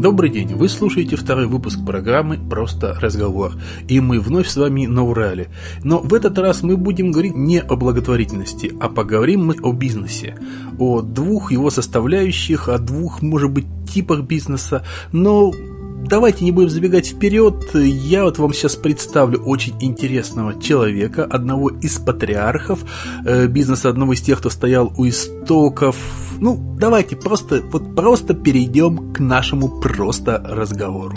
Добрый день, вы слушаете второй выпуск программы «Просто разговор», и мы вновь с вами на Урале. Но в этот раз мы будем говорить не о благотворительности, а поговорим мы о бизнесе, о двух его составляющих, о двух, может быть, типах бизнеса, но... Давайте не будем забегать вперед. Я вот вам сейчас представлю очень интересного человека, одного из патриархов бизнеса, одного из тех, кто стоял у истоков. Ну, давайте просто перейдем к нашему просто разговору.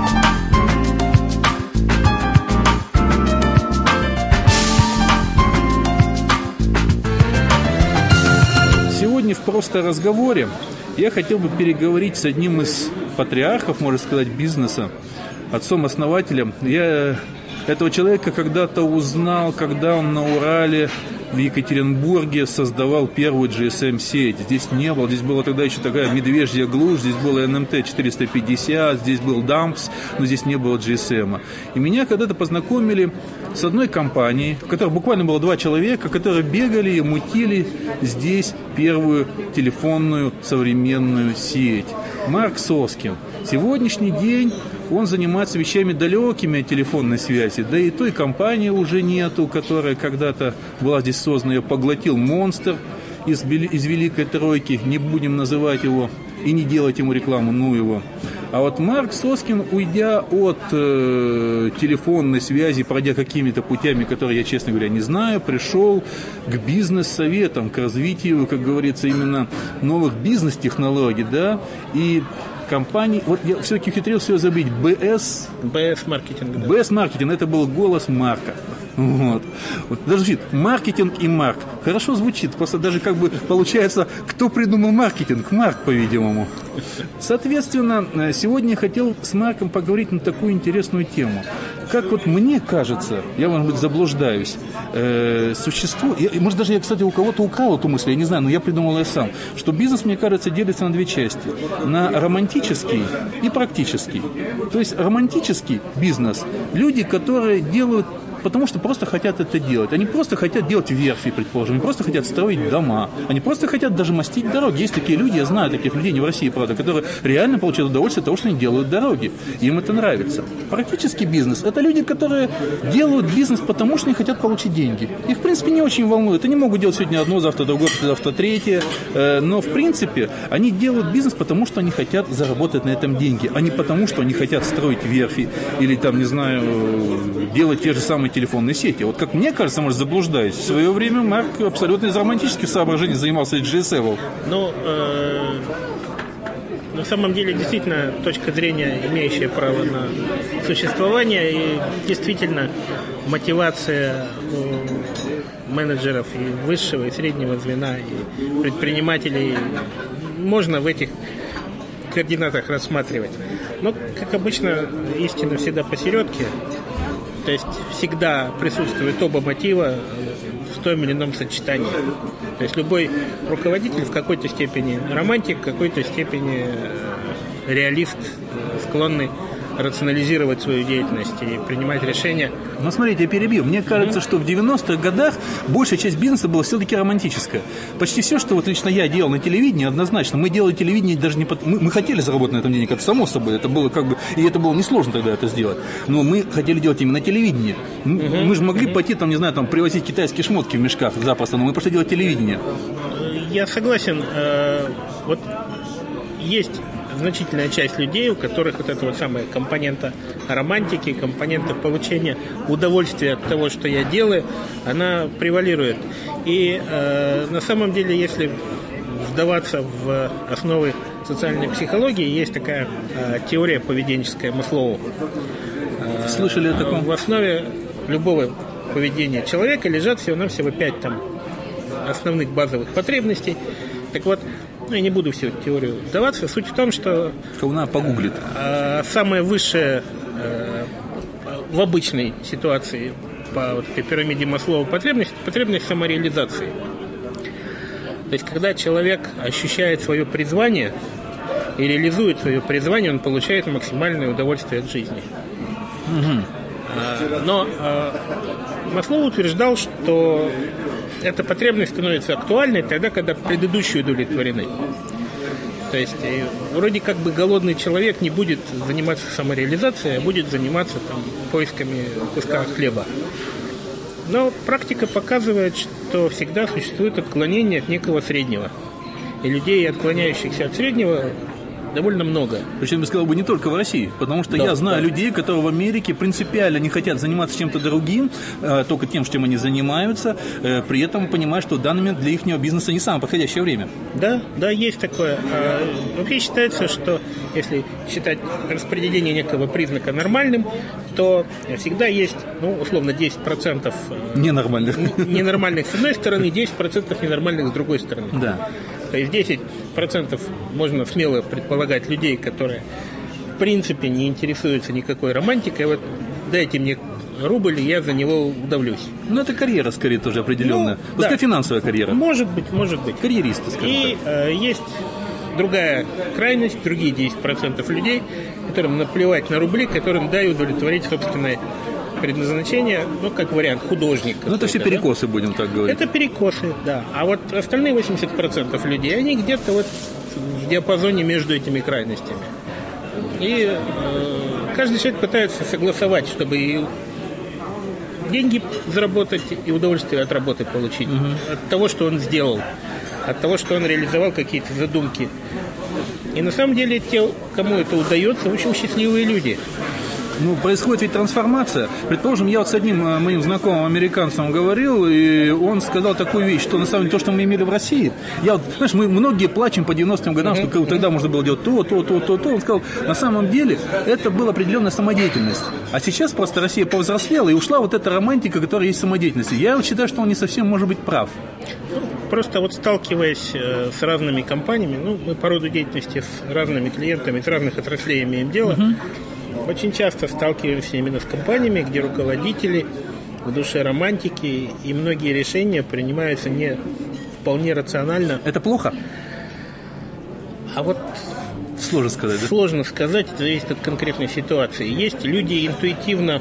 Сегодня в просто разговоре я хотел бы переговорить с одним из патриархов, можно сказать, бизнеса, отцом-основателем. Я этого человека когда-то узнал, когда он на Урале в Екатеринбурге создавал первую GSM-сеть. Здесь не было, здесь была тогда еще такая медвежья глушь, здесь было NMT-450, здесь был Дампс, но здесь не было GSM. И меня когда-то познакомили с одной компанией, в которой буквально было 2 человека, которые бегали и мутили здесь первую телефонную современную сеть. Марк Соскин. Сегодняшний день он занимается вещами далекими от телефонной связи, да и той компании уже нету, которая когда-то была здесь создана, ее поглотил монстр из Великой Тройки, не будем называть его и не делать ему рекламу, ну его. А вот Марк Соскин, уйдя от телефонной связи, пройдя какими-то путями, которые я, честно говоря, не знаю, пришел к бизнес-советам, к развитию, как говорится, именно новых бизнес-технологий, да, и компаний, вот я все-таки ухитрился забыть, БС-маркетинг. Да. БС-маркетинг, это был голос Марка. Вот. Даже звучит маркетинг и Марк. Хорошо звучит, просто даже как бы получается, кто придумал маркетинг? Марк, по-видимому. Соответственно, сегодня я хотел с Марком поговорить на такую интересную тему. Как вот мне кажется, я, может быть, заблуждаюсь, существует, может, даже я, кстати, у кого-то украл эту мысль, я не знаю, но я придумал ее сам, что бизнес, мне кажется, делится на 2 части. На романтический и практический. То есть романтический бизнес, люди, которые делают потому что просто хотят это делать. Они просто хотят делать верфи, предположим. Они просто хотят строить дома. Они просто хотят даже мастить дороги. Есть такие люди, я знаю таких людей, не в России, правда, которые реально получают удовольствие от того, что они делают дороги. Им это нравится. Практический бизнес – это люди, которые делают бизнес, потому что они хотят получить деньги. Их, в принципе, не очень волнует. Они могут делать сегодня одно, завтра другое, завтра третье. Но, в принципе, они делают бизнес, потому что они хотят заработать на этом деньги, а не потому, что они хотят строить верфи или, там, не знаю, делать те же самые телефонной сети. Вот как мне кажется, может, заблуждаюсь. В свое время Марк абсолютно из романтических соображений занимался GSM. На самом деле, действительно, точка зрения, имеющая право на существование, и действительно мотивация у менеджеров и высшего, и среднего звена, и предпринимателей можно в этих координатах рассматривать. Но, как обычно, истина всегда посередке. То есть всегда присутствует оба мотива в том или ином сочетании. То есть любой руководитель в какой-то степени романтик, в какой-то степени реалист, склонный рационализировать свою деятельность и принимать решения. Но смотрите, я перебью. Мне кажется, что в 90-х годах большая часть бизнеса была все-таки романтическая. Почти все, что вот лично я делал на телевидении, однозначно. Мы делали телевидение даже не под... Мы хотели заработать на этом денег, это само собой. Это было как бы... И это было несложно тогда это сделать. Но мы хотели делать именно телевидение. Мы же могли пойти, там, не знаю, там, привозить китайские шмотки в мешках запросто, но мы пошли делать телевидение. Я согласен. Вот есть значительная часть людей, у которых вот этого самого компонента романтики, компонента получения удовольствия от того, что я делаю, она превалирует. И на самом деле, если вдаваться в основы социальной психологии, есть такая теория поведенческая Маслоу. Слышали о таком? В основе любого поведения человека лежат всего-навсего 5 там основных базовых потребностей. Так вот, я не буду всю эту теорию вдаваться. Суть в том, что Кауна погуглит. Самое высшее в обычной ситуации по вот этой пирамиде Маслоу потребность самореализации. То есть, когда человек ощущает свое призвание и реализует свое призвание, он получает максимальное удовольствие от жизни. Но Маслоу утверждал, что эта потребность становится актуальной тогда, когда предыдущие удовлетворены. То есть вроде как бы голодный человек не будет заниматься самореализацией, а будет заниматься там поисками куска хлеба. Но практика показывает, что всегда существует отклонение от некого среднего. И людей, отклоняющихся от среднего, довольно много. Причем, я сказал бы, не только в России, потому что я знаю людей, которые в Америке принципиально не хотят заниматься чем-то другим, только тем, чем они занимаются, при этом понимают, что в данный момент для их бизнеса не самое подходящее время. Да, есть такое. Вообще считается, что если считать распределение некого признака нормальным, то всегда есть, условно, 10% ненормальных с одной стороны, 10% ненормальных с другой стороны. Да. То есть 10% можно смело предполагать людей, которые в принципе не интересуются никакой романтикой. Вот дайте мне рубль, и я за него удавлюсь. Это карьера, скорее, тоже определенная. Пускай финансовая карьера. Может быть. Карьеристы, скажем так. И есть другая крайность, другие 10% людей, которым наплевать на рубли, которым удовлетворить собственное предназначение, как вариант, художник. Это все перекосы, будем так говорить. Это перекосы, да. А вот остальные 80% людей, они где-то в диапазоне между этими крайностями. И каждый человек пытается согласовать, чтобы и деньги заработать, и удовольствие от работы получить. От того, что он сделал, от того, что он реализовал какие-то задумки. И на самом деле те, кому это удается, очень счастливые люди. Происходит ведь трансформация. Предположим, я с одним моим знакомым американцем говорил, и он сказал такую вещь, что на самом деле то, что мы имели в России, мы многие плачем по 90-м годам, что тогда можно было делать то. Он сказал, на самом деле это была определенная самодеятельность. А сейчас просто Россия повзрослела, и ушла эта романтика, которая есть в самодеятельности. Я считаю, что он не совсем может быть прав. Просто сталкиваясь с разными компаниями, мы по роду деятельности с разными клиентами, с разных отраслей имеем дело, очень часто сталкиваемся именно с компаниями, где руководители в душе романтики, и многие решения принимаются не вполне рационально. Это плохо? Сложно сказать, да? Сложно сказать, это зависит от конкретной ситуации. Есть люди, интуитивно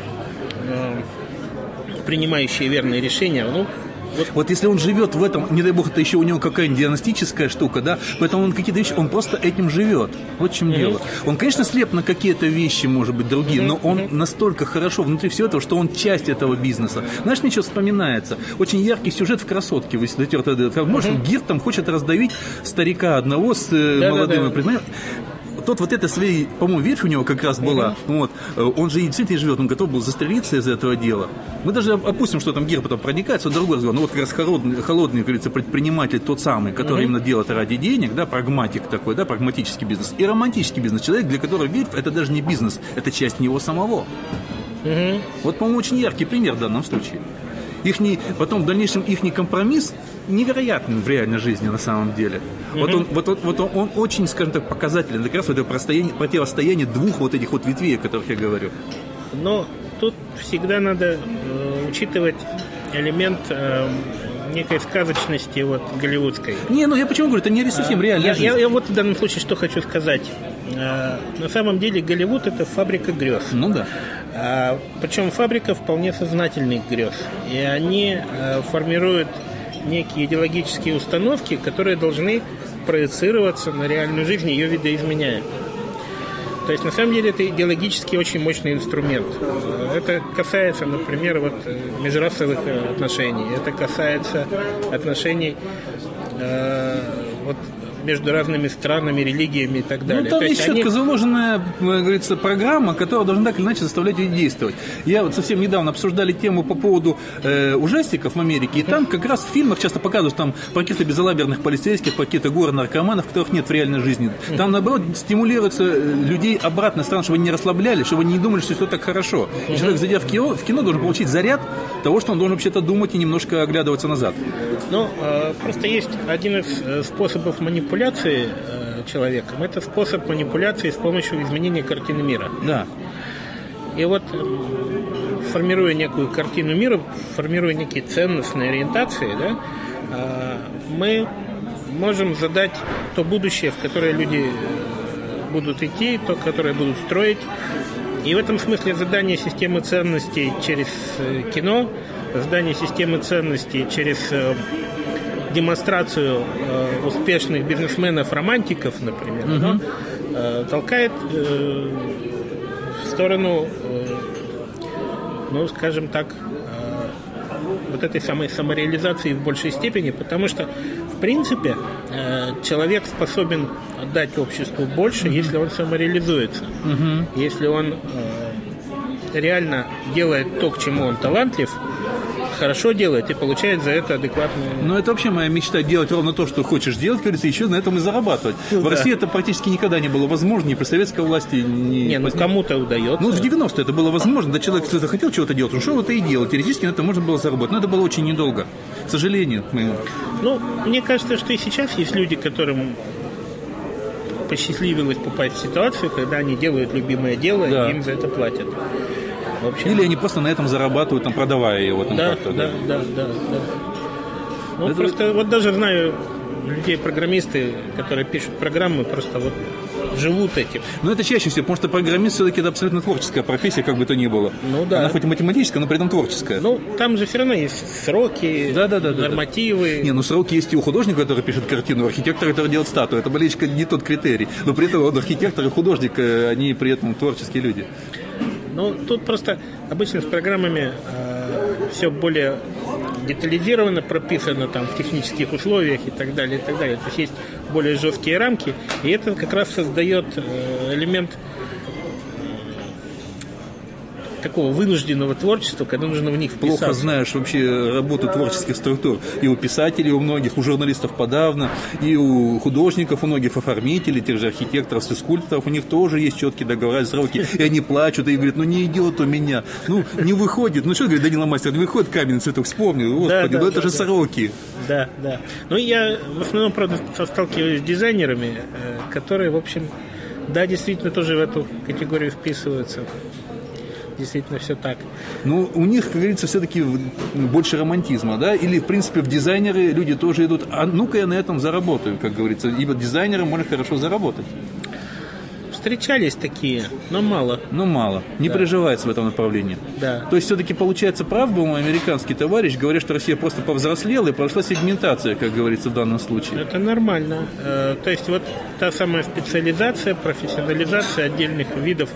принимающие верные решения, если он живет в этом, не дай бог, это еще у него какая-нибудь диагностическая штука, да, поэтому он какие-то вещи, он просто этим живет. Вот в чем дело. Он, конечно, слеп на какие-то вещи, может быть, другие, но он настолько хорошо внутри всего этого, что он часть этого бизнеса. Знаешь, мне что вспоминается? Очень яркий сюжет в «Красотке». Вы может, Гирт там хочет раздавить старика одного с молодым предпринимателем. Тот этой своей, по-моему, ветвь у него как раз была. Он же действительно живет, он готов был застрелиться из-за этого дела. Мы даже опустим, что там Гир потом проникается, другой разговор. Как раз холодный, как говорится, предприниматель тот самый, который именно делает ради денег, да, прагматик такой, да, прагматический бизнес. И романтический бизнес. Человек, для которого ветвь, это даже не бизнес, это часть него самого. По-моему, очень яркий пример в данном случае. Потом в дальнейшем их компромисс невероятный в реальной жизни на самом деле. Он очень, скажем так, показателен. Как раз это противостояние двух этих ветвей, о которых я говорю. Но тут всегда надо учитывать элемент некой сказочности голливудской. Я почему говорю, это не совсем реальная жизнь. Я в данном случае что хочу сказать. На самом деле Голливуд – это фабрика грез. Да. Причем фабрика вполне сознательных грез. И они формируют некие идеологические установки, которые должны проецироваться на реальную жизнь, ее видоизменяя. То есть, на самом деле, это идеологически очень мощный инструмент. Это касается, например, межрасовых отношений. Это касается отношений между разными странами, религиями и так далее. Там есть четко заложенная, как говорится, программа, которая должна так или иначе заставлять людей действовать. Я совсем недавно обсуждали тему по поводу ужастиков в Америке, и там как раз в фильмах часто показывают про каких-то безалаберных полицейских, про какие-то горы наркоманов, которых нет в реальной жизни. Там, наоборот, стимулируется людей обратно стран, чтобы они не расслаблялись, чтобы они не думали, что все так хорошо. Человек, зайдя в кино, должен получить заряд того, что он должен вообще-то думать и немножко оглядываться назад. Просто есть один из способов манипуляции человеком. Это способ манипуляции с помощью изменения картины мира. Да. И формируя некую картину мира, формируя некие ценностные ориентации, мы можем задать то будущее, в которое люди будут идти, то, которое будут строить. И в этом смысле задание системы ценностей через кино, задание системы ценностей через демонстрацию успешных бизнесменов-романтиков, например, но толкает в сторону, ну, скажем так, вот этой самой самореализации в большей степени, потому что, в принципе, человек способен отдать обществу больше, если он самореализуется. Если он реально делает то, к чему он талантлив, хорошо делает и получает за это адекватную... Ну, это вообще моя мечта, делать ровно то, что хочешь делать, говорится, еще на этом и зарабатывать. В России это практически никогда не было возможно, ни при советской власти, ни... Ну кому-то удается. Ну, в 90-е это было возможно, да, человек, кто захотел чего-то делать, он шел это и делал. Теоретически на это можно было заработать, но это было очень недолго, к сожалению, к моему. Ну, мне кажется, что и сейчас есть люди, которым посчастливилось попасть в ситуацию, когда они делают любимое дело, и им за это платят. Общем... Или они просто на этом зарабатывают, там, продавая его. Там, да. Ну, это... просто вот даже знаю людей-программисты, которые пишут программы, просто вот живут этим. Но это чаще всего, потому что программист все-таки это абсолютно творческая профессия, как бы то ни было. Ну да. Она хоть и математическая, но при этом творческая. Ну, там же все равно есть сроки, нормативы. Не, ну сроки есть и у художника, который пишет картину, у архитектора, который делает статую. Это маленечко не тот критерий. Но при этом он архитектор и художник, они при этом творческие люди. Ну, тут просто обычно с программами все более детализированно прописано там, в технических условиях и так далее, и так далее. То есть есть более жесткие рамки, и это как раз создает элемент такого вынужденного творчества, когда нужно в них вписаться. Плохо знаешь вообще работу творческих структур. И у писателей, у многих, у журналистов подавно, и у художников, у многих оформителей, тех же архитекторов, скульпторов, у них тоже есть четкие договора, сроки. И они плачут, и говорят, ну не идет у меня, ну не выходит. Ну что, говорит Данила Мастер, не выходит каменный цветок, вспомнил, господи, ну это же сроки. Да. Ну я в основном, правда, сталкиваюсь с дизайнерами, которые, в общем, да, действительно тоже в эту категорию вписываются. Действительно все так. Ну, у них, как говорится, все-таки больше романтизма, да? Или, в принципе, в дизайнеры люди тоже идут, а ну-ка я на этом заработаю, как говорится. Ибо дизайнером можно хорошо заработать. Встречались такие, но мало. Не приживается в этом направлении. Да. То есть, все-таки, получается, прав был мой американский товарищ, говорит, что Россия просто повзрослела и прошла сегментация, как говорится в данном случае. Это нормально. То есть, вот та самая специализация, профессионализация отдельных видов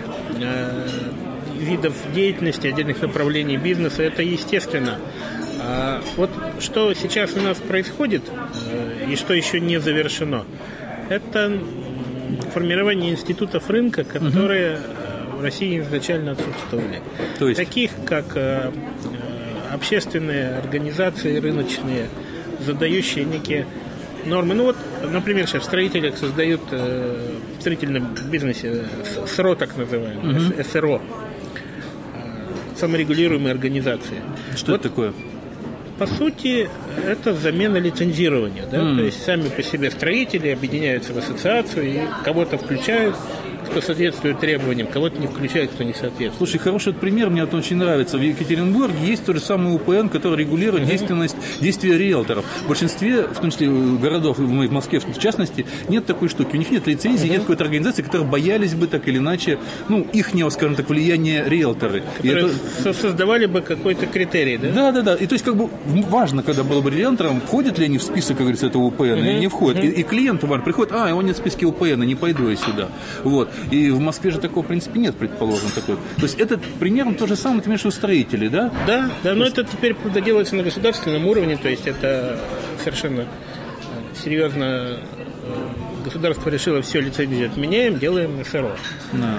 деятельности, отдельных направлений бизнеса, это естественно. Вот что сейчас у нас происходит и что еще не завершено, это формирование институтов рынка, которые в России изначально отсутствовали. То есть? Таких, как общественные организации рыночные, задающие некие нормы. Ну вот, например, сейчас в строителях создают в строительном бизнесе СРО, так называемое, СРО. Саморегулируемые организации. Что это такое? По сути, это замена лицензирования. Да? То есть сами по себе строители объединяются в ассоциацию и кого-то включают, кто соответствует требованиям, кого-то не включают, кто не соответствует. Слушай, хороший пример, мне это очень нравится. В Екатеринбурге есть тот же самый УПН, который регулирует действия риэлторов. В большинстве, в том числе городов, в Москве в частности, нет такой штуки. У них нет лицензии, нет какой-то организации, которые боялись бы так или иначе, ну, ихнего, скажем так, влияния риэлторы. Которые создавали бы какой-то критерий, да? Да. И то есть, как бы, важно, когда было бы риэлтором, входят ли они в список, как говорится, этого УПН, или не входят. И клиент приходит, его нет в списке УПН, не пойду я сюда. Вот. И в Москве же такого, в принципе, нет, предположим, такой. То есть это примерно то же самое, например, что строители, да? Да, но это теперь делается на государственном уровне, то есть это совершенно серьезно государство решило, все, лицензию отменяем, делаем СРО. Да.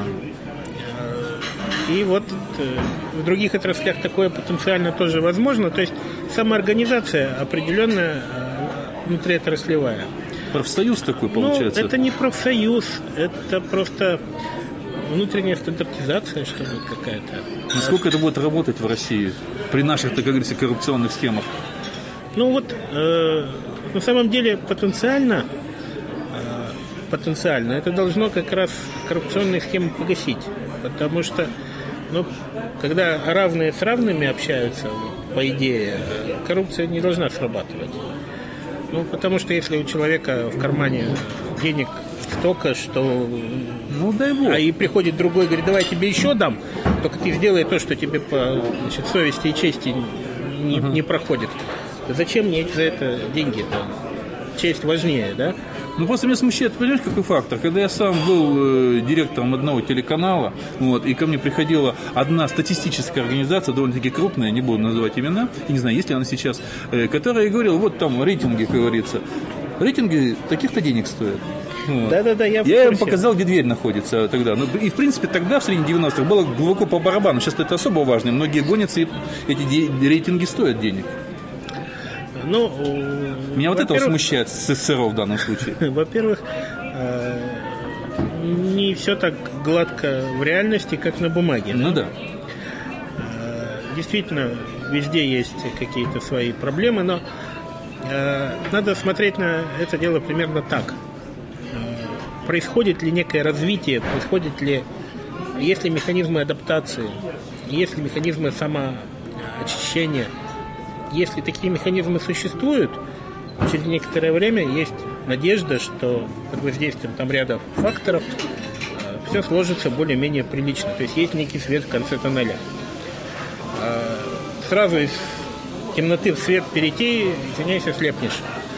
И вот в других отраслях такое потенциально тоже возможно, то есть самоорганизация определенная внутриотраслевая. Профсоюз такой получается? Ну, это не профсоюз, это просто внутренняя стандартизация, что ли, какая-то. Насколько это будет работать в России при наших, так как говорится, коррупционных схемах? Ну вот, на самом деле потенциально это должно как раз коррупционные схемы погасить, потому что, когда равные с равными общаются, по идее, коррупция не должна срабатывать. Потому что если у человека в кармане денег столько, что... Ну, дай бог. И приходит другой, говорит, давай я тебе еще дам, только ты сделай то, что тебе по совести и чести не проходит. Зачем мне за это деньги-то? Честь важнее, да? Ну, просто меня смущает, понимаешь, какой фактор? Когда я сам был директором одного телеканала, вот, и ко мне приходила одна статистическая организация, довольно-таки крупная, не буду называть имена, я не знаю, есть ли она сейчас, которая говорила, вот там рейтинги, как говорится, рейтинги таких-то денег стоят. Вот. Да, я им показал, где дверь находится тогда. Ну, и, в принципе, тогда, в середине 90-х, было глубоко по барабану. Сейчас это особо важно. Многие гонятся, и эти рейтинги стоят денег. Ну, меня вот это смущает СССР в данном случае. Во-первых, не все так гладко в реальности, как на бумаге. Ну да. Действительно, везде есть какие-то свои проблемы, но надо смотреть на это дело примерно так. Происходит ли некое развитие, есть ли механизмы адаптации, есть ли механизмы самоочищения. Если такие механизмы существуют, через некоторое время есть надежда, что под воздействием там ряда факторов все сложится более-менее прилично. То есть есть некий свет в конце тоннеля. Сразу из темноты в свет перейти, извиняюсь, ослепнешь.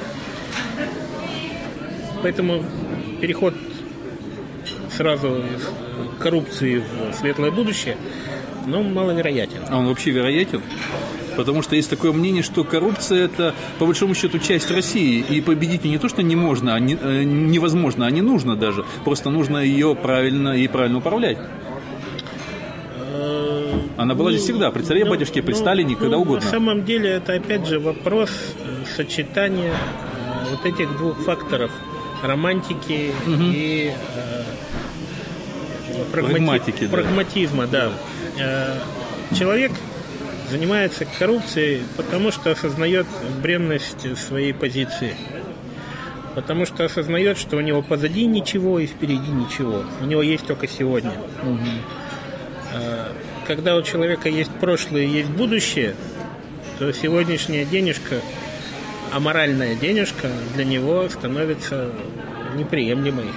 Поэтому переход сразу из коррупции в светлое будущее, маловероятен. А он вообще вероятен? Потому что есть такое мнение, что коррупция – это, по большому счету, часть России. И победить ее не то, что не можно, а невозможно, а не нужно даже. Просто нужно ее правильно управлять. Она была здесь всегда, при царе, батюшке, при Сталине, когда угодно. На самом деле, это, опять же, вопрос сочетания вот этих двух факторов – романтики и прагматизма. Да. Человек занимается коррупцией, потому что осознает бренность своей позиции. Потому что осознает, что у него позади ничего и впереди ничего. У него есть только сегодня. Когда у человека есть прошлое и есть будущее, то сегодняшняя денежка, аморальная денежка, для него становится неприемлемой.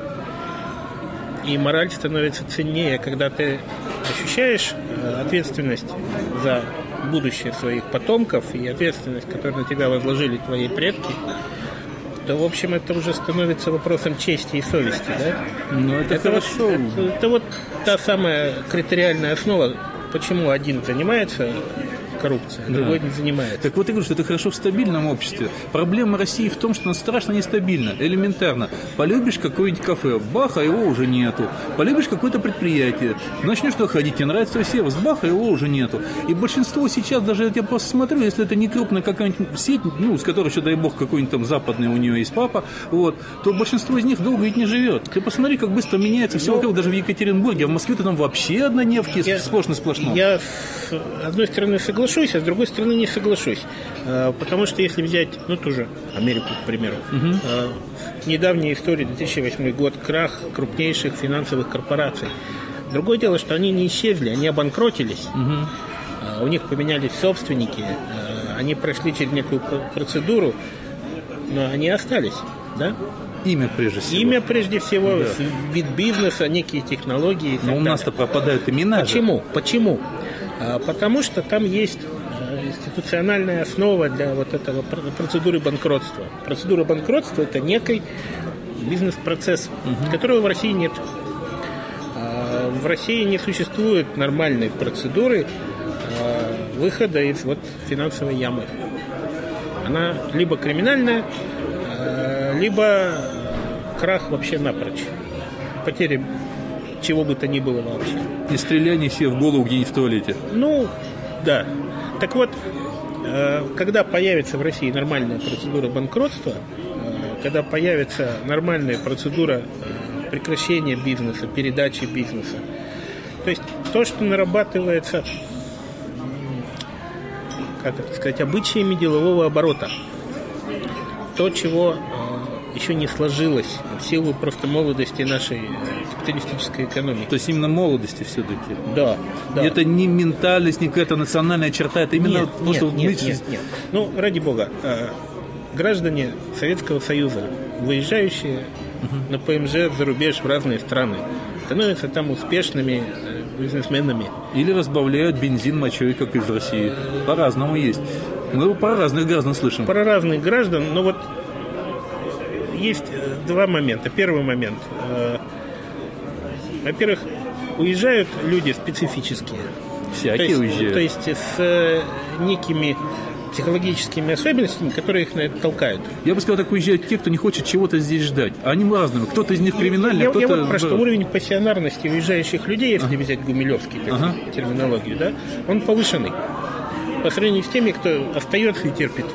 И мораль становится ценнее, когда ты ощущаешь ответственность за будущее своих потомков и ответственность, которую на тебя возложили твои предки, то, в общем, это уже становится вопросом чести и совести, да? Ну, это хорошо. Это вот та самая критериальная основа, почему один занимается коррупцией, а другой не занимается. Так вот я говорю, что это хорошо в стабильном обществе. Проблема России в том, что она страшно нестабильна, элементарно. Полюбишь какое-нибудь кафе, баха, его уже нету. Полюбишь какое-то предприятие, начнешь туда ходить, тебе нравится сервис, баха, его уже нету. И большинство сейчас, даже я просто смотрю, если это не крупная какая-нибудь сеть, с которой еще, дай бог, какой-нибудь там западный у нее есть папа, вот, то большинство из них долго ведь не живет. Ты посмотри, как быстро меняется все вокруг, даже в Екатеринбурге, а в Москве-то там вообще однодневки сплошно-сплошно. Я, с одной стороны, соглашусь, а с другой стороны не соглашусь. Потому что если взять, ту же Америку, к примеру, недавняя история, 2008 год, крах крупнейших финансовых корпораций. Другое дело, что они не исчезли, они обанкротились. У них поменялись собственники, они прошли через некую процедуру, но они остались, да? Имя прежде всего. Имя прежде всего, да. Вид бизнеса, некие технологии. Но у нас-то пропадают имена. Почему? Потому что там есть институциональная основа для вот этого процедуры банкротства. Процедура банкротства – это некий бизнес-процесс, которого в России нет. В России не существует нормальной процедуры выхода из финансовой ямы. Она либо криминальная, либо крах вообще напрочь. Потеря чего бы то ни было вообще. И стреляние себе в голову где-нибудь в туалете. Да. Так вот, когда появится в России нормальная процедура банкротства, когда появится нормальная процедура прекращения бизнеса, передачи бизнеса, то есть то, что нарабатывается, обычаями делового оборота, то, чего еще не сложилось в силу просто молодости нашей капиталистической экономики. То есть именно молодости все-таки? Да. Это не ментальность, не какая-то национальная черта, это именно нет. Ради бога, граждане Советского Союза, выезжающие на ПМЖ за рубеж в разные страны, становятся там успешными бизнесменами. Или разбавляют бензин мочой, как из России. По-разному есть. Мы про разных граждан слышим. Про разных граждан, но вот есть два момента. Первый момент. Во-первых, уезжают люди специфические. Всякие уезжают. То есть с некими психологическими особенностями, которые их на это толкают. Я бы сказал, так уезжают те, кто не хочет чего-то здесь ждать. Они разные. Кто-то из них криминальный, кто-то... Я вот про что уровень пассионарности уезжающих людей, если взять Гумилевский терминологию, да, он повышенный по сравнению с теми, кто остается и терпит.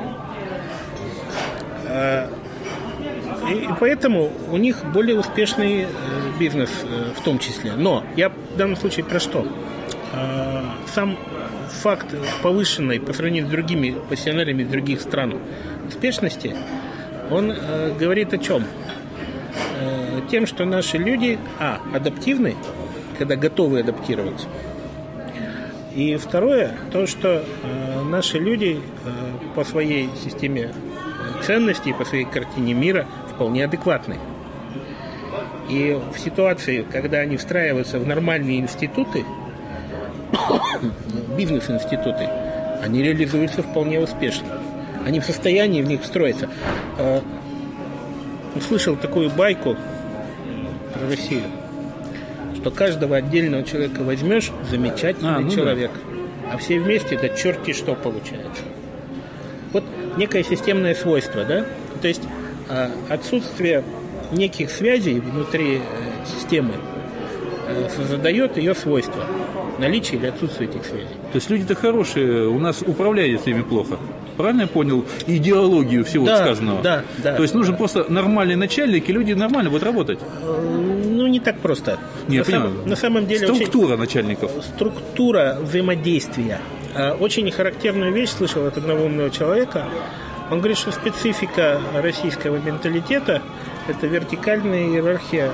И поэтому у них более успешный бизнес в том числе. Но я в данном случае про что? Сам факт повышенной по сравнению с другими пассионариями из других стран успешности, он говорит о чем? Тем, что наши люди, адаптивны, когда готовы адаптироваться. И второе, то, что наши люди по своей системе ценностей, по своей картине мира вполне адекватны. И в ситуации, когда они встраиваются в нормальные институты, бизнес-институты, они реализуются вполне успешно. Они в состоянии в них встроиться. Слышал такую байку про Россию, что каждого отдельного человека возьмешь, замечательный человек, а все вместе, да черти что получается. Вот некое системное свойство, да? То есть отсутствие неких связей внутри системы задает ее свойства. Наличие или отсутствие этих связей. То есть люди-то хорошие, у нас управляют ими плохо. Правильно я понял идеологию всего сказанного? Да. То есть нужен просто нормальный начальник, и люди нормально будут работать? Ну, не так просто. На самом деле... Структура начальников. Структура взаимодействия. Очень характерную вещь слышал от одного умного человека. Он говорит, что специфика российского менталитета – это вертикальная иерархия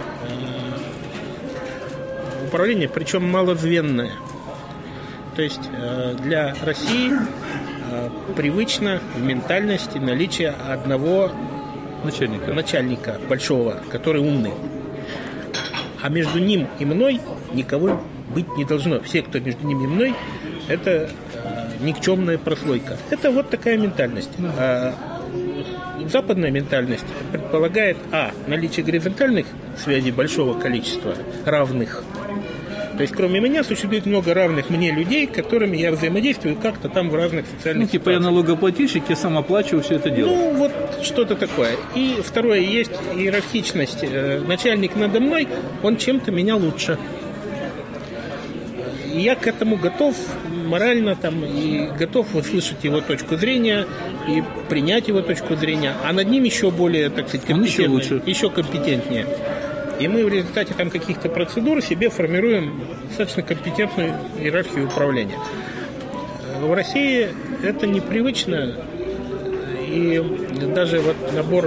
управления, причем малозвенное. То есть для России привычно в ментальности наличие одного начальника большого, который умный. А между ним и мной никого быть не должно. Все, кто между ним и мной, это никчемная прослойка. Это вот такая ментальность. Западная ментальность предполагает наличие горизонтальных связей большого количества, равных. То есть, кроме меня, существует много равных мне людей, с которыми я взаимодействую как-то там в разных социальных ситуациях. Я налогоплательщик, я сам оплачиваю все это дело. Ну, вот что-то такое. И второе, есть иерархичность. Начальник надо мной, он чем-то меня лучше. И я к этому готов морально и готов услышать его точку зрения и принять его точку зрения. А над ним еще более, так сказать, компетентнее, еще компетентнее. И мы в результате каких-то процедур себе формируем достаточно компетентную иерархию управления. В России это непривычно, и даже вот набор,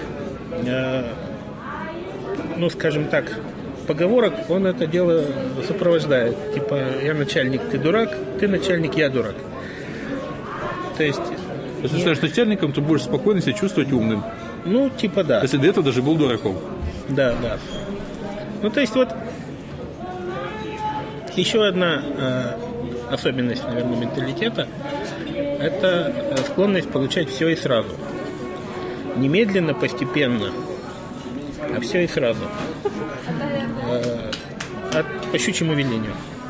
скажем так, поговорок, он это дело сопровождает. Типа, я начальник, ты дурак, ты начальник, я дурак. То есть... Если станешь начальником, то будешь спокойно себя чувствовать умным. Ну, типа да. Если до этого даже был дураком. Да. Ну, то есть вот еще одна особенность, наверное, менталитета – это склонность получать все и сразу. Немедленно, постепенно, а все и сразу. По щучьему велению.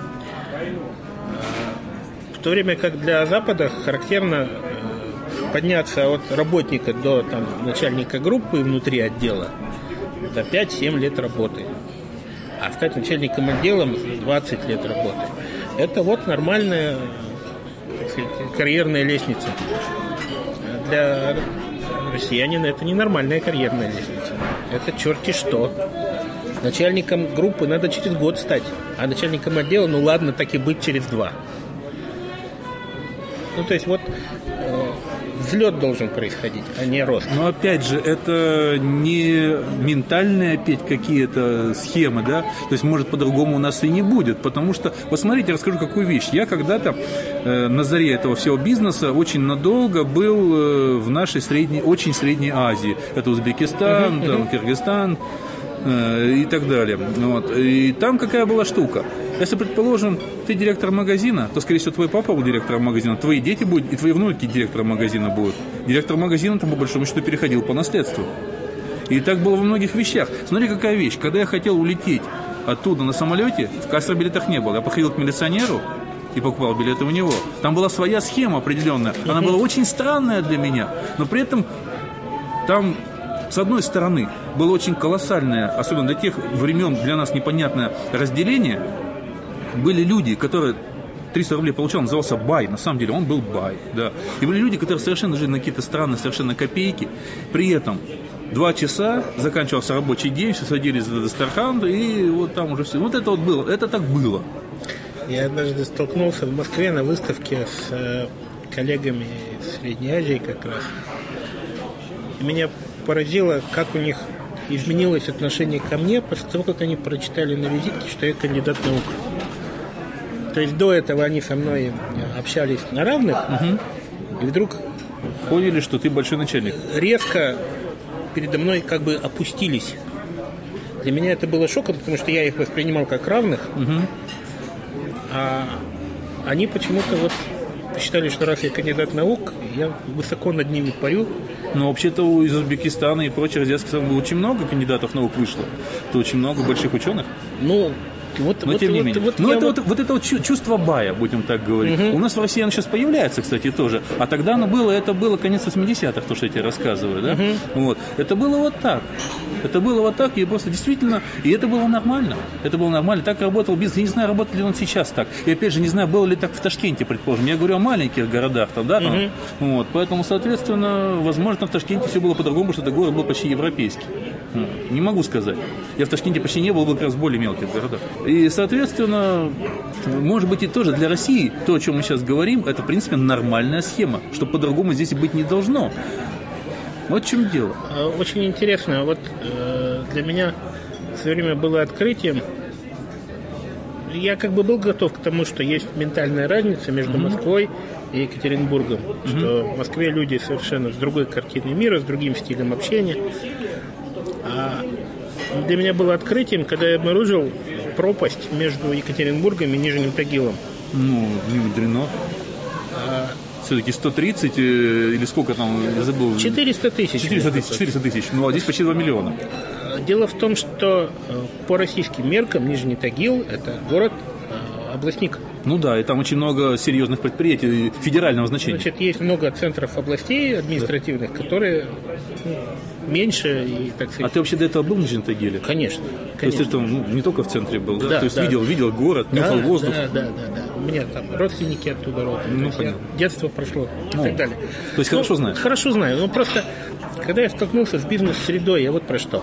В то время как для Запада характерно подняться от работника до начальника группы внутри отдела за 5-7 лет работы. А стать начальником отдела 20 лет работы. Это вот нормальная, так сказать, карьерная лестница. Для россиянина это не нормальная карьерная лестница. Это черти что. Начальником группы надо через год стать, а начальником отдела, ладно, так и быть через 2. То есть вот взлет должен происходить, а не рост. Но опять же, это не ментальные опять какие-то схемы, да? То есть, может, по-другому у нас и не будет, потому что, вот смотрите, расскажу какую вещь. Я когда-то на заре этого всего бизнеса очень надолго был в нашей очень средней Азии. Это Узбекистан, Кыргызстан и так далее. И там какая была штука. Если, предположим, ты директор магазина, то, скорее всего, твой папа был директором магазина, твои дети будут, и твои внуки директором магазина будут. Директор магазина, там, по большому счету, переходил по наследству. И так было во многих вещах. Смотри, какая вещь. Когда я хотел улететь оттуда на самолете, в кассе билетах не было. Я походил к милиционеру и покупал билеты у него. Там была своя схема определенная. Она была очень странная для меня, но при этом там, с одной стороны, было очень колоссальное, особенно для тех времен для нас непонятное разделение. Были люди, которые 300 рублей получал, он назывался бай, на самом деле он был бай, да. И были люди, которые совершенно жили на какие-то странные, совершенно копейки. При этом 2 часа, заканчивался рабочий день, все садились за Дастархан, и вот там уже все. Вот это вот было, это так было. Я однажды столкнулся в Москве на выставке с коллегами из Средней Азии как раз. И меня поразило, как у них изменилось отношение ко мне после того, как они прочитали на визитке, что я кандидат наук. То есть до этого они со мной общались на равных, и вдруг поняли, что ты большой начальник. Резко передо мной как бы опустились. Для меня это было шоком, потому что я их воспринимал как равных, а они почему-то вот посчитали, что раз я кандидат наук, я высоко над ними парю. Но вообще-то из Узбекистана и прочих азиатских стран очень много кандидатов наук вышло. Это очень много больших ученых. Ну, вот, но вот, тем не вот, менее. вот, но это вот... Вот это вот чувство бая, будем так говорить. У нас в России оно сейчас появляется, кстати, тоже. А тогда это было конец 80-х, то, что я тебе рассказываю, да? Вот. Это было вот так. Это было вот так, и просто действительно, и это было нормально. Это было нормально. Так работал бизнес. Я не знаю, работает ли он сейчас так. И опять же, не знаю, было ли так в Ташкенте, предположим. Я говорю о маленьких городах там, да? Там. Вот. Поэтому, соответственно, возможно, в Ташкенте все было по-другому, потому что этот город был почти европейский. Не могу сказать. Я в Ташкенте почти не был как раз в более мелких городах. И, соответственно, может быть, и тоже для России то, о чем мы сейчас говорим, это, в принципе, нормальная схема, что по-другому здесь и быть не должно. Вот в чем дело. Очень интересно. Вот для меня все время было открытием. Я как бы был готов к тому, что есть ментальная разница между Москвой и Екатеринбургом. Что в Москве люди совершенно с другой картиной мира, с другим стилем общения. А для меня было открытием, когда я обнаружил пропасть между Екатеринбургом и Нижним Тагилом. Ну, не мудрено. Все-таки 130 или сколько там, я забыл. 400 тысяч. 400 тысяч. Ну, а здесь почти 2 миллиона. Дело в том, что по российским меркам Нижний Тагил – это город-областник. Ну да, и там очень много серьезных предприятий федерального значения. Значит, есть много центров областей административных, которые меньше и, так сказать... А ты вообще до этого был в Нижнем Тагиле? Конечно. То есть это не только в центре был, да? Да, То есть да. видел город, нюхал воздух. Да. У меня там родственники оттуда родом. Ну, понятно. Детство прошло и так далее. То есть хорошо знаешь? Хорошо знаю. Но просто, когда я столкнулся с бизнес-средой, я вот про что.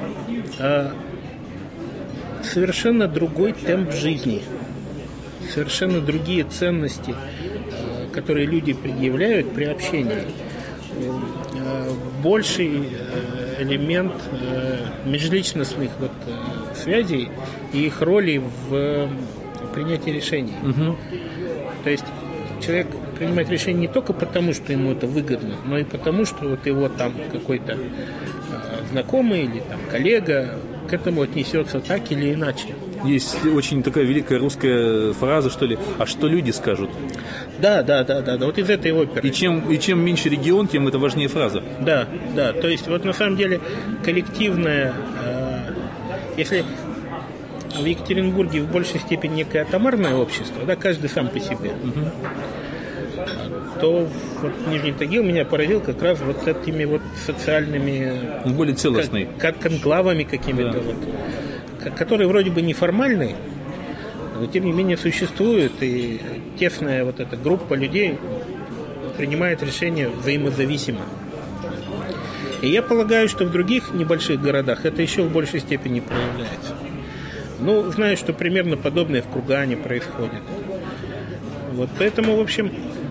Совершенно другой темп жизни. Совершенно другие ценности, которые люди предъявляют при общении. Больший элемент межличностных связей и их роли в принятии решений. То есть человек принимает решение не только потому, что ему это выгодно, но и потому, что вот его там какой-то знакомый или там коллега к этому отнесется так или иначе. Есть очень такая великая русская фраза, что ли, а что люди скажут? Да, вот из этой оперы. И чем меньше регион, тем это важнее фраза. Да, то есть вот на самом деле коллективная, если в Екатеринбурге в большей степени некое атомарное общество, да, каждый сам по себе, то вот Нижний Тагил меня поразил как раз вот этими вот социальными... Более целостный. Конклавами какими-то, которые вроде бы неформальные, но тем не менее существуют, и тесная вот эта группа людей принимает решения взаимозависимо. И я полагаю, что в других небольших городах это еще в большей степени проявляется. Ну, знаю, что примерно подобное в Кургане происходит. Вот поэтому, в общем,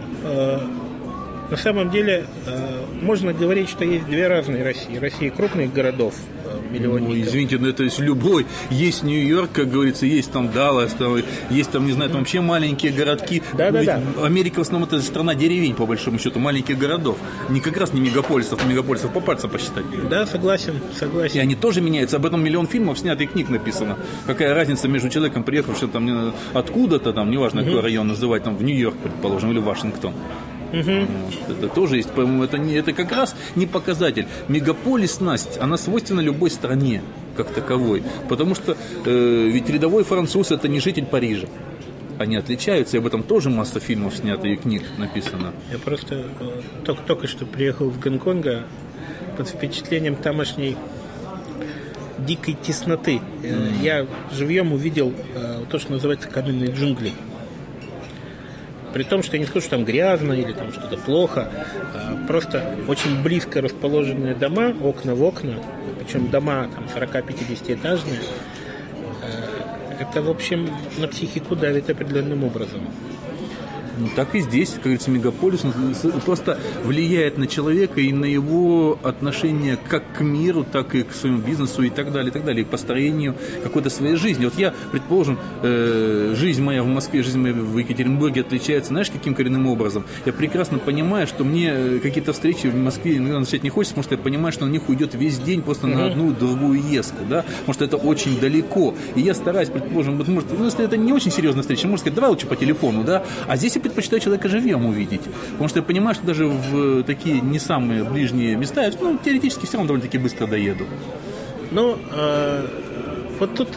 на самом деле можно говорить, что есть две разные России. Россия крупных городов, миллионников. Ну, извините, но это есть любой. Есть Нью-Йорк, как говорится, есть там Даллас, там, есть там, не знаю, там вообще маленькие городки. Да. Америка в основном это страна деревень, по большому счету, маленьких городов. Не как раз не мегаполисов, мегаполисов по пальцам посчитать. Да, согласен. И они тоже меняются. Об этом миллион фильмов снято и книг написано. Какая разница между человеком, приехавшим там откуда-то, там, неважно, какой район называть, там, в Нью-Йорк, предположим, или в Вашингтон. Вот. Это тоже есть, по-моему, это как раз не показатель. Мегаполисность, она свойственна любой стране как таковой. Потому что ведь рядовой француз – это не житель Парижа. Они отличаются, и об этом тоже масса фильмов снято и книг написано. Я просто только что приехал в Гонконг под впечатлением тамошней дикой тесноты. Я живьем увидел то, что называется каменные джунгли. При том, что я не скажу, что там грязно или там что-то плохо, просто очень близко расположенные дома, окна в окна, причем дома там 40-50 этажные, это, в общем, на психику давит определенным образом. Так и здесь, как говорится, мегаполис просто влияет на человека и на его отношение как к миру, так и к своему бизнесу и так далее, и к построению какой-то своей жизни. Вот я, предположим, жизнь моя в Москве, жизнь моя в Екатеринбурге отличается, знаешь, каким коренным образом? Я прекрасно понимаю, что мне какие-то встречи в Москве иногда начать не хочется, потому что я понимаю, что на них уйдет весь день просто на одну-другую езку, да, потому что это очень далеко. И я стараюсь, предположим, если это не очень серьезная встреча, можно сказать, давай лучше по телефону, да, а здесь я предпочитаю человека живьем увидеть. Потому что я понимаю, что даже в такие не самые ближние места я, теоретически все равно довольно-таки быстро доеду. Ну, вот тут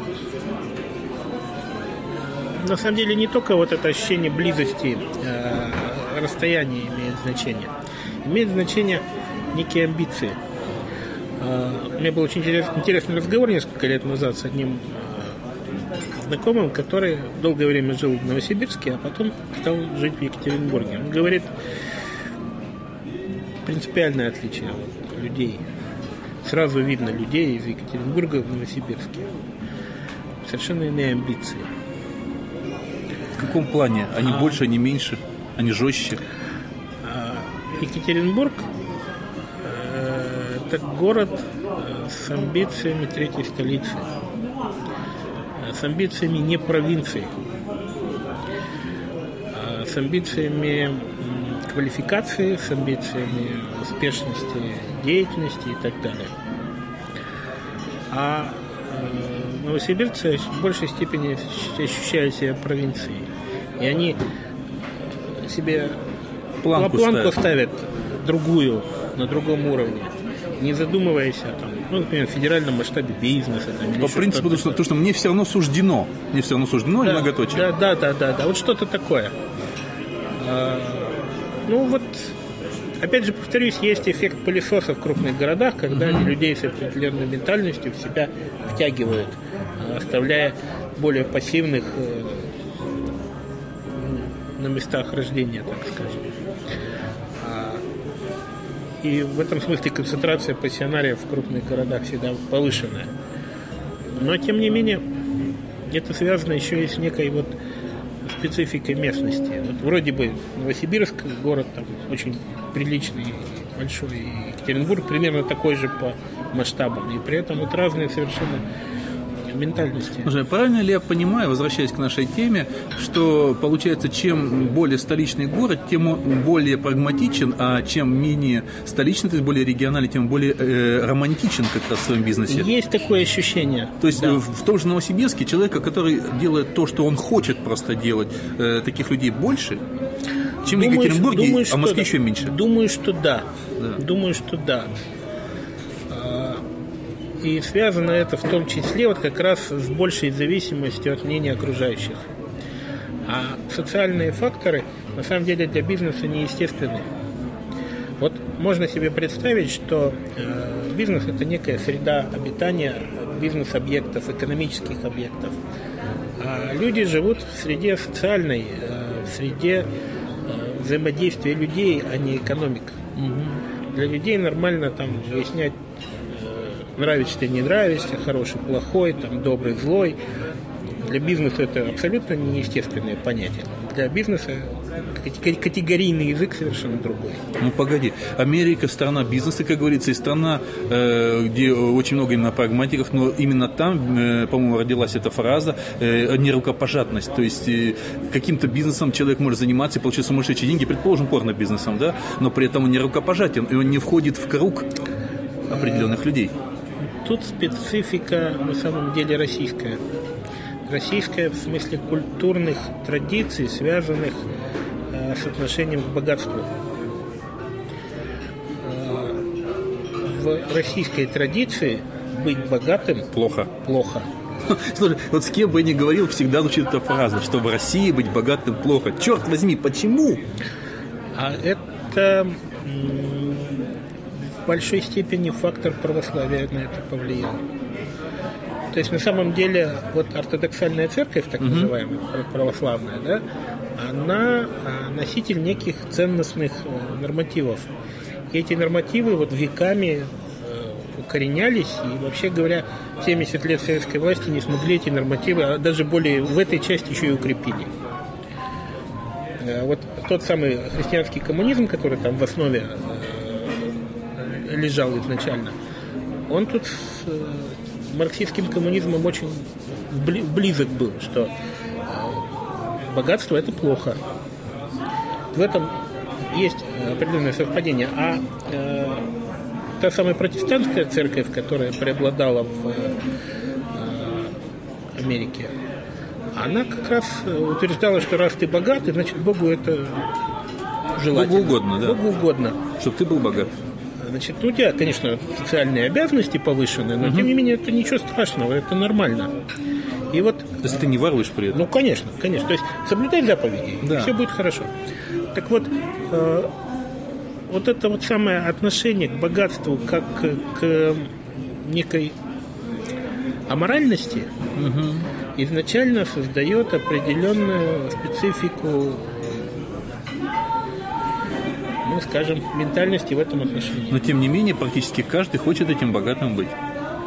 на самом деле не только вот это ощущение близости, расстояния имеет значение. Имеет значение некие амбиции. У меня был очень интересный разговор несколько лет назад с одним знакомым, который долгое время жил в Новосибирске, а потом стал жить в Екатеринбурге. Он говорит, принципиальное отличие людей. Сразу видно людей из Екатеринбурга в Новосибирске. Совершенно иные амбиции. В каком плане? Они больше, они меньше? Они жестче? Екатеринбург это город с амбициями третьей столицы. С амбициями не провинции, а с амбициями квалификации, с амбициями успешности деятельности и так далее. А новосибирцы в большей степени ощущают себя провинцией. И они себе планку ставят другую, на другом уровне, не задумываясь о том, например, в федеральном масштабе бизнеса. По принципу, то, что мне все равно суждено. Мне все равно суждено, да, и многоточие. Да. Вот что-то такое. Опять же, повторюсь, есть эффект пылесоса в крупных городах, когда людей с определенной ментальностью в себя втягивают, оставляя более пассивных на местах рождения, так скажем. И в этом смысле концентрация пассионариев в крупных городах всегда повышенная. Но, тем не менее, это связано еще и с некой спецификой местности. Вроде бы Новосибирск, город там очень приличный, большой, и Екатеринбург примерно такой же по масштабам. И при этом разные совершенно ментальности. Слушай, правильно ли я понимаю, возвращаясь к нашей теме, что получается, чем более столичный город, тем более прагматичен, а чем менее столичный, то есть более региональный, тем более романтичен как раз в своем бизнесе? Есть такое ощущение. То есть в том же Новосибирске человека, который делает то, что он хочет просто делать, таких людей больше, чем в Екатеринбурге, а в Москве еще меньше? Думаю, что да. Думаю, что да. И связано это в том числе как раз с большей зависимостью от мнения окружающих. А социальные факторы на самом деле для бизнеса неестественны. Можно себе представить, что бизнес – это некая среда обитания бизнес-объектов, экономических объектов. А люди живут в среде социальной, в среде взаимодействия людей, а не экономик. Для людей нормально выяснять, нравишься, не нравишься, хороший, плохой, добрый, злой. Для бизнеса это абсолютно неестественное понятие. Для бизнеса категорийный язык совершенно другой. Ну погоди, Америка страна бизнеса, как говорится, и страна, где очень много именно прагматиков, но именно там, по-моему, родилась эта фраза нерукопожатность. То есть каким-то бизнесом человек может заниматься и получать сумасшедшие деньги, предположим, порно-бизнесом, да, но при этом он не рукопожатен, и он не входит в круг определенных людей. Тут специфика на самом деле российская. Российская в смысле культурных традиций, связанных с отношением к богатству. В российской традиции быть богатым плохо. Слушай, вот с кем бы я ни говорил, всегда звучит эта фраза, что в России быть богатым плохо. Черт возьми, почему? А это в большой степени фактор православия на это повлиял. То есть на самом деле вот ортодоксальная церковь, так называемая, православная, да, она носитель неких ценностных нормативов. И эти нормативы вот веками укоренялись, и вообще говоря, 70 лет советской власти не смогли эти нормативы, а даже более в этой части еще и укрепили. Вот тот самый христианский коммунизм, который там в основе лежал изначально, он тут с марксистским коммунизмом очень близок был, что богатство – это плохо. В этом есть определенное совпадение. А та самая протестантская церковь, которая преобладала в Америке, она как раз утверждала, что раз ты богатый, значит Богу это желательно. Богу угодно, да? Богу угодно. Чтобы ты был богат. Значит, у тебя, конечно, социальные обязанности повышены, но тем не менее это ничего страшного, это нормально. И вот, то есть ты не воруешь при этом? Ну, конечно. То есть соблюдай заповеди, и все будет хорошо. Так вот, вот это вот самое отношение к богатству как к некой аморальности изначально создает определенную специфику, ну, скажем, ментальности в этом отношении. Но тем не менее, практически каждый хочет этим богатым быть.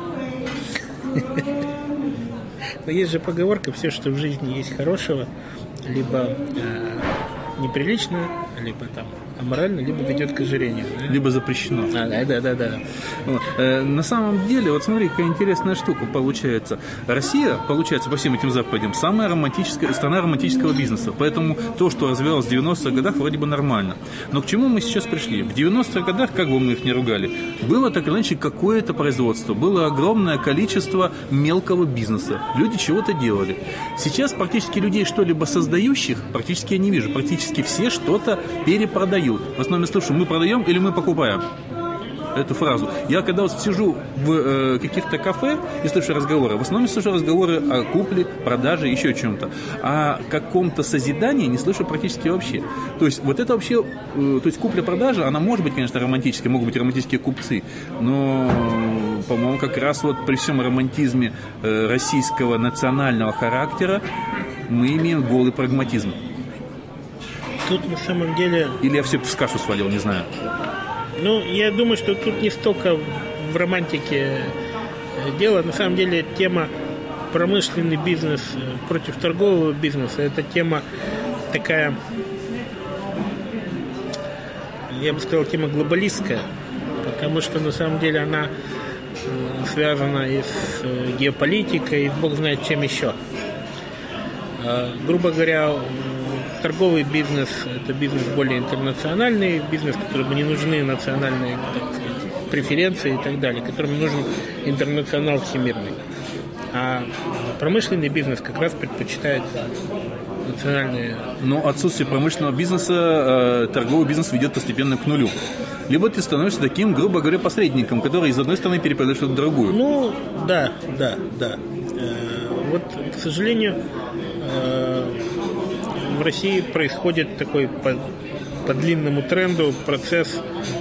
Но есть же поговорка: все, что в жизни есть хорошего, либо неприлично, либо там аморально, либо ведет к ожирению. Да? Либо запрещено. Да. Вот. На самом деле, вот смотри, какая интересная штука получается. Россия, получается, по всем этим заповедям, самая романтическая страна романтического бизнеса. Поэтому то, что развивалось в 90-х годах, вроде бы нормально. Но к чему мы сейчас пришли? В 90-х годах, как бы мы их ни ругали, было так или иначе какое-то производство. Было огромное количество мелкого бизнеса. Люди чего-то делали. Сейчас практически людей, что-либо создающих, практически я не вижу. Практически все что-то перепродают. В основном я слышу: мы продаем или мы покупаем. Эту фразу. Я когда вот сижу в каких-то кафе и слышу разговоры, в основном слышу разговоры о купле, продаже, еще о чем-то. А о каком-то созидании не слышу практически вообще. То есть вот это вообще, то есть купля-продажа, она может быть, конечно, романтической, могут быть романтические купцы, но, по-моему, как раз вот при всем романтизме российского национального характера мы имеем голый прагматизм. Тут на самом деле... Или я все в кашу свалил, не знаю. Ну, я думаю, что тут не столько в романтике дело. На самом деле тема промышленный бизнес против торгового бизнеса — это тема такая, я бы сказал, тема глобалистская, потому что на самом деле она связана и с геополитикой, и бог знает чем еще. Грубо говоря, торговый бизнес – это бизнес более интернациональный, бизнес, которому не нужны национальные, так сказать, преференции и так далее, которому нужен интернационал всемирный. А промышленный бизнес как раз предпочитает национальные... Но отсутствие промышленного бизнеса, торговый бизнес ведет постепенно к нулю. Либо ты становишься таким, грубо говоря, посредником, который из одной стороны перепродает что-то другую. Ну, да. Вот, к сожалению, в России происходит такой по длинному тренду процесс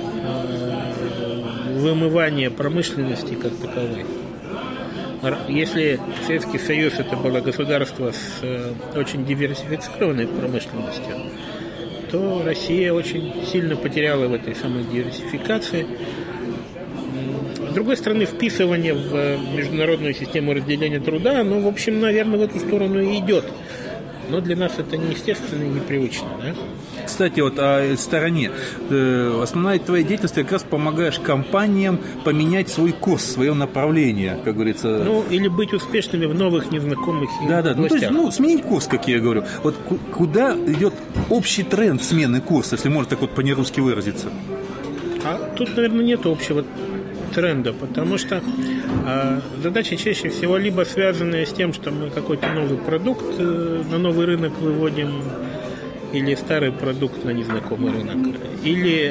вымывания промышленности как таковой. Если Советский Союз — это было государство с очень диверсифицированной промышленностью, то Россия очень сильно потеряла в этой самой диверсификации. другой стороны, вписывание в международную систему разделения труда, оно, в общем, наверное, в эту сторону и идет. Но для нас это неестественно и непривычно, да? Кстати, вот о стороне. Основная твоя деятельность, ты как раз помогаешь компаниям поменять свой курс, свое направление, как говорится. Ну, или быть успешными в новых, незнакомых областях. Ну, то есть, сменить курс, как я говорю. Вот куда идет общий тренд смены курса, если можно так вот по-нерусски выразиться? А тут, наверное, нет общего тренда, потому что задачи чаще всего либо связанные с тем, что мы какой-то новый продукт на новый рынок выводим, или старый продукт на незнакомый рынок, или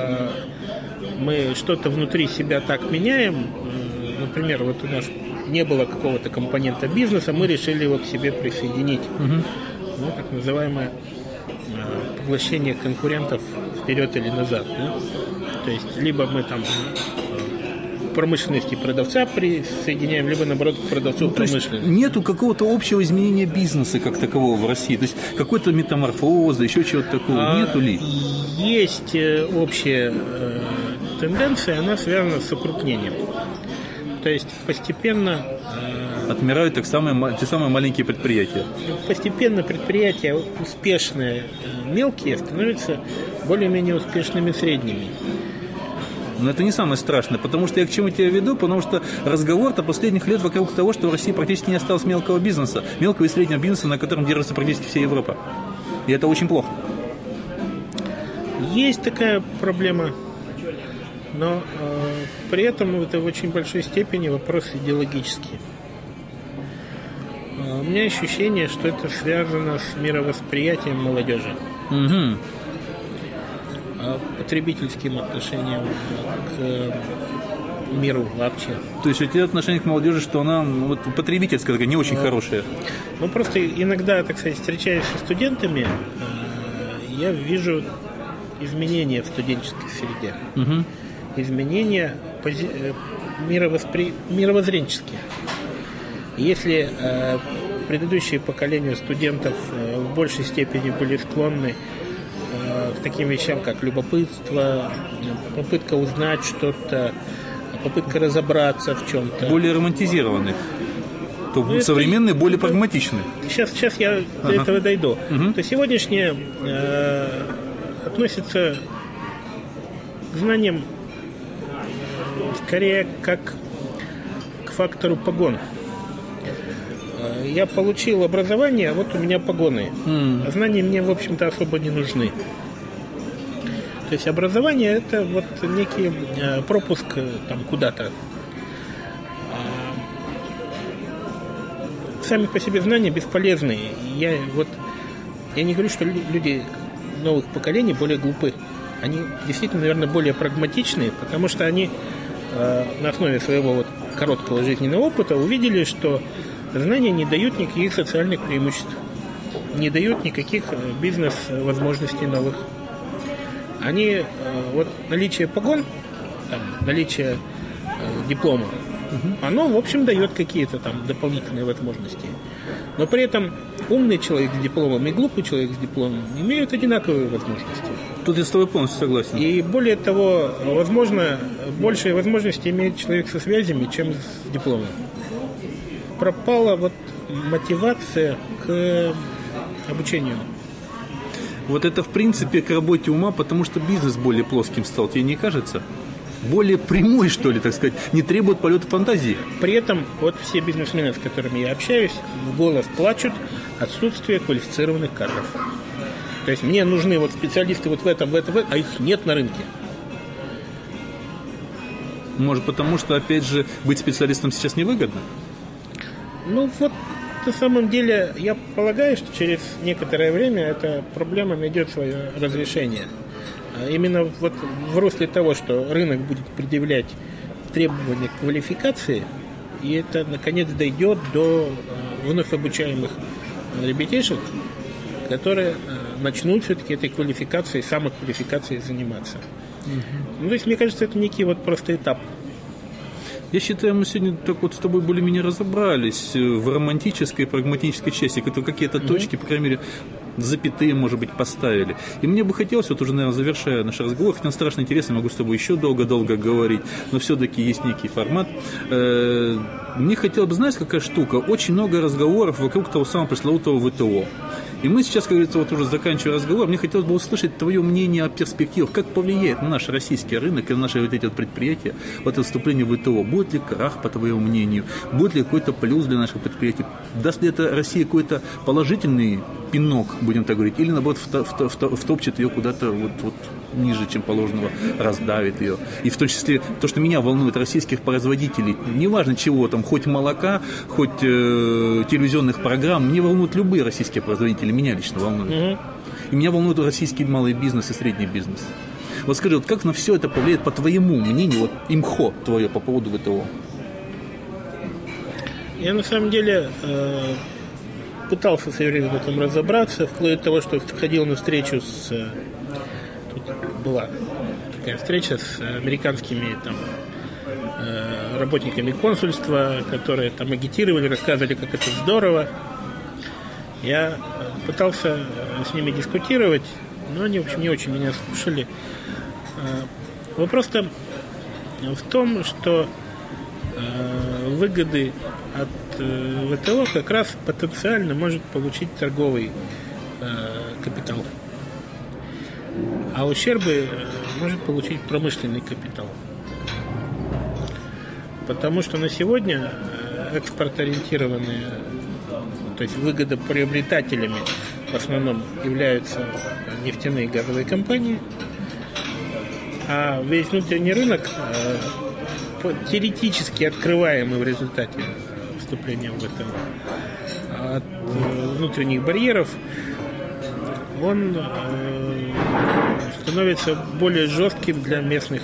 мы что-то внутри себя так меняем, например, вот у нас не было какого-то компонента бизнеса, мы решили его к себе присоединить. Ну, так называемое поглощение конкурентов вперед или назад. Да? То есть, либо мы там к промышленности продавца присоединяем, либо, наоборот, к продавцу промышленности. Нету какого-то общего изменения бизнеса как такового в России? То есть, какой-то метаморфоза, еще чего-то такого? Нету ли? Есть общая тенденция, она связана с укрупнением. То есть, постепенно... Отмирают те самые маленькие предприятия. Постепенно предприятия успешные, мелкие, становятся более-менее успешными средними. Но это не самое страшное, потому что я к чему тебя веду, потому что разговор-то последних лет вокруг того, что в России практически не осталось мелкого бизнеса, мелкого и среднего бизнеса, на котором держится практически вся Европа. И это очень плохо. Есть такая проблема, но при этом это в очень большой степени вопрос идеологический. У меня ощущение, что это связано с мировосприятием молодежи. Угу. Потребительским отношением к миру вообще. То есть у тебя отношение к молодежи, что она вот, потребительская, такая, не очень хорошая? Ну, просто иногда, так сказать, встречаясь со студентами, я вижу изменения в студенческой среде. Угу. Изменения мировоззренческие. Если предыдущие поколения студентов в большей степени были склонны к таким вещам, как любопытство, попытка узнать что-то, попытка разобраться в чем-то. Более романтизированные, то современные более прагматичные. Сейчас я до этого дойду. То сегодняшнее относится к знаниям скорее как к фактору погон. Я получил образование, а вот у меня погоны. А знания мне, в общем-то, особо не нужны. То есть образование – это вот некий пропуск там, куда-то. Сами по себе знания бесполезны. Я не говорю, что люди новых поколений более глупы. Они действительно, наверное, более прагматичны, потому что они на основе своего вот короткого жизненного опыта увидели, что знания не дают никаких социальных преимуществ, не дают никаких бизнес-возможностей новых. Они, вот наличие погон, там, наличие диплома, оно, в общем, дает какие-то там дополнительные возможности. Но при этом умный человек с дипломом и глупый человек с дипломом имеют одинаковые возможности. Тут я с тобой полностью согласен. И более того, возможно, большие возможности имеет человек со связями, чем с дипломом. Пропала вот мотивация к обучению. Вот это, в принципе, к работе ума, потому что бизнес более плоским стал, тебе не кажется? Более прямой, что ли, так сказать, не требует полета фантазии. При этом вот все бизнесмены, с которыми я общаюсь, в голос плачут отсутствие квалифицированных кадров. То есть мне нужны вот специалисты вот в этом, а их нет на рынке. Может, потому что, опять же, быть специалистом сейчас невыгодно? Ну вот, на самом деле, я полагаю, что через некоторое время эта проблема найдет свое разрешение. Именно вот в русле того, что рынок будет предъявлять требования к квалификации, и это, наконец, дойдет до вновь обучаемых ребятишек, которые начнут все-таки этой квалификацией, самоквалификацией заниматься. Ну, то есть, мне кажется, это некий вот просто этап. Я считаю, мы сегодня так вот с тобой более-менее разобрались в романтической и прагматической части. Это какие-то точки, по крайней мере, запятые, может быть, поставили. И мне бы хотелось, вот уже, наверное, завершая наш разговор, хотя он страшно интересный, могу с тобой еще долго-долго говорить, но все-таки есть некий формат. Мне хотелось бы, знаешь, какая штука? Очень много разговоров вокруг того самого пресловутого ВТО. И мы сейчас, как говорится, вот уже заканчивая разговор, мне хотелось бы услышать твое мнение о перспективах, как повлияет на наш российский рынок и на наши вот эти вот предприятия вот это вступление в ВТО. Будет ли крах, по твоему мнению? Будет ли какой-то плюс для наших предприятий? Даст ли это России какой-то положительный пинок, будем так говорить, или наоборот втопчет ее куда-то вот ниже, чем положенного, раздавит ее. И в том числе то, что меня волнует, российских производителей, неважно чего там, хоть молока, хоть телевизионных программ, мне волнуют любые российские производители, меня лично волнуют. И меня волнует российский малый бизнес и средний бизнес. Вот скажи, вот как на все это повлияет, по твоему мнению, вот имхо твое по поводу ВТО? Я на самом деле пытался в свое время в этом разобраться, вплоть до того, что ходил на встречу тут была такая встреча с американскими там работниками консульства, которые там агитировали, рассказывали, как это здорово. Я пытался с ними дискутировать, но они, в общем, не очень меня слушали. Вопрос-то в том, что выгоды от ВТО как раз потенциально может получить торговый капитал, а ущербы может получить промышленный капитал. Потому что на сегодня экспорт-ориентированные, то есть выгодоприобретателями в основном являются нефтяные и газовые компании, а весь внутренний рынок, теоретически открываемый в результате вступления в ВТО от внутренних барьеров, он становится более жестким для местных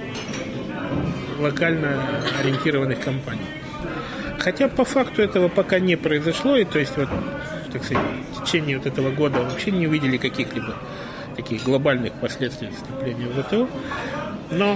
локально ориентированных компаний. Хотя по факту этого пока не произошло, и то есть вот, так сказать, в течение вот этого года вообще не увидели каких-либо таких глобальных последствий вступления в ВТО. Но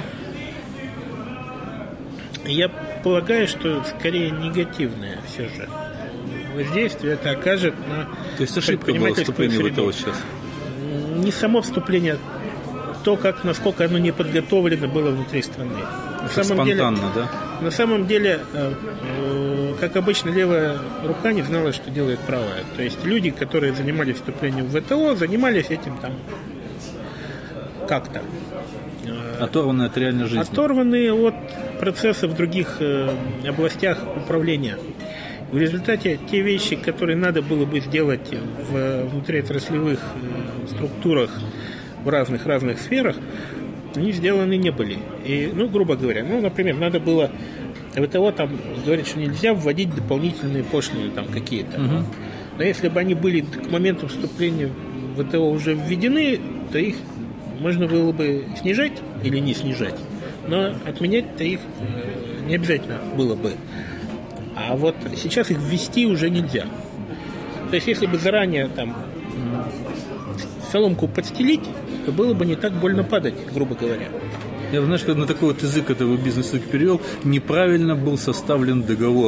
я полагаю, что скорее негативное все же воздействие это окажет на то есть ошибка была вступление в ВТО сейчас? Не само вступление, то, насколько оно не подготовлено было внутри страны. Спонтанно, да? На самом деле, как обычно, левая рука не знала, что делает правая. То есть люди, которые занимались вступлением в ВТО, занимались этим там как-то. Оторванные от реальной жизни. Оторванные от процессов в других областях управления. В результате те вещи, которые надо было бы сделать в внутриотраслевых структурах в разных сферах, они сделаны не были. И, грубо говоря, например, надо было ВТО там говорит, что нельзя вводить дополнительные пошлины там какие-то. Но если бы они были к моменту вступления в ВТО уже введены, то их можно было бы снижать или не снижать, но отменять-то их не обязательно было бы. А вот сейчас их ввести уже нельзя. То есть если бы заранее там соломку подстелить, то было бы не так больно падать, грубо говоря. Я, знаешь, когда на такой вот язык этого бизнес-язык перевел, неправильно был составлен договор.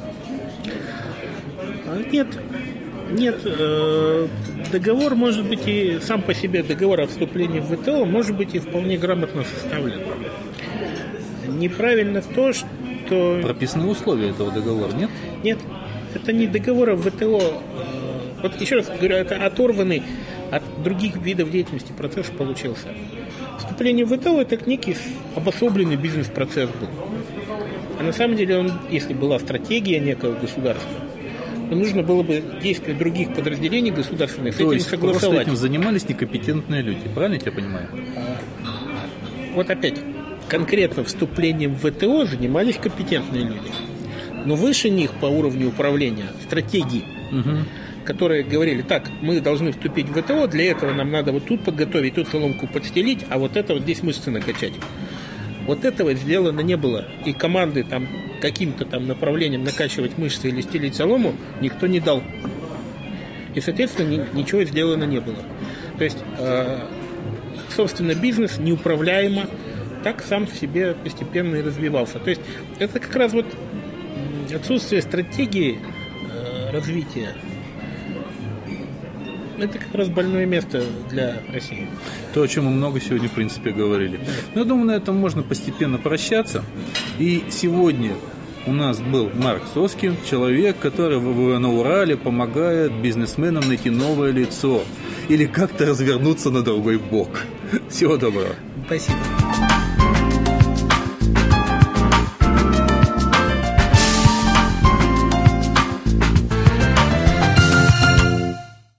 Нет, договор может быть и сам по себе договор о вступлении в ВТО может быть и вполне грамотно составлен. Неправильно то, что... Прописаны условия этого договора, нет? Нет, это не договор о ВТО. Вот еще раз говорю, это оторванный от других видов деятельности процесс получился. Вступление в ВТО это некий обособленный бизнес-процесс был. А на самом деле он, если была стратегия некого государства, то нужно было бы действия других подразделений государственных с этим согласовать. Просто этим занимались некомпетентные люди, правильно я тебя понимаю? Вот опять, конкретно вступлением в ВТО занимались компетентные люди. Но выше них по уровню управления стратегии, которые говорили, так, мы должны вступить в ВТО, для этого нам надо вот тут подготовить, тут соломку подстелить, а вот это вот здесь мышцы накачать. Вот этого сделано не было. И команды там каким-то там направлением накачивать мышцы или стелить солому никто не дал. И, соответственно, ничего сделано не было. То есть, собственно, бизнес неуправляемо так сам в себе постепенно и развивался. То есть, это как раз вот отсутствие стратегии развития. Это как раз больное место для России. То, о чем мы много сегодня, в принципе, говорили. Но я думаю, на этом можно постепенно прощаться. И сегодня у нас был Марк Соскин, человек, который на Урале помогает бизнесменам найти новое лицо или как-то развернуться на другой бок. Всего доброго. Спасибо.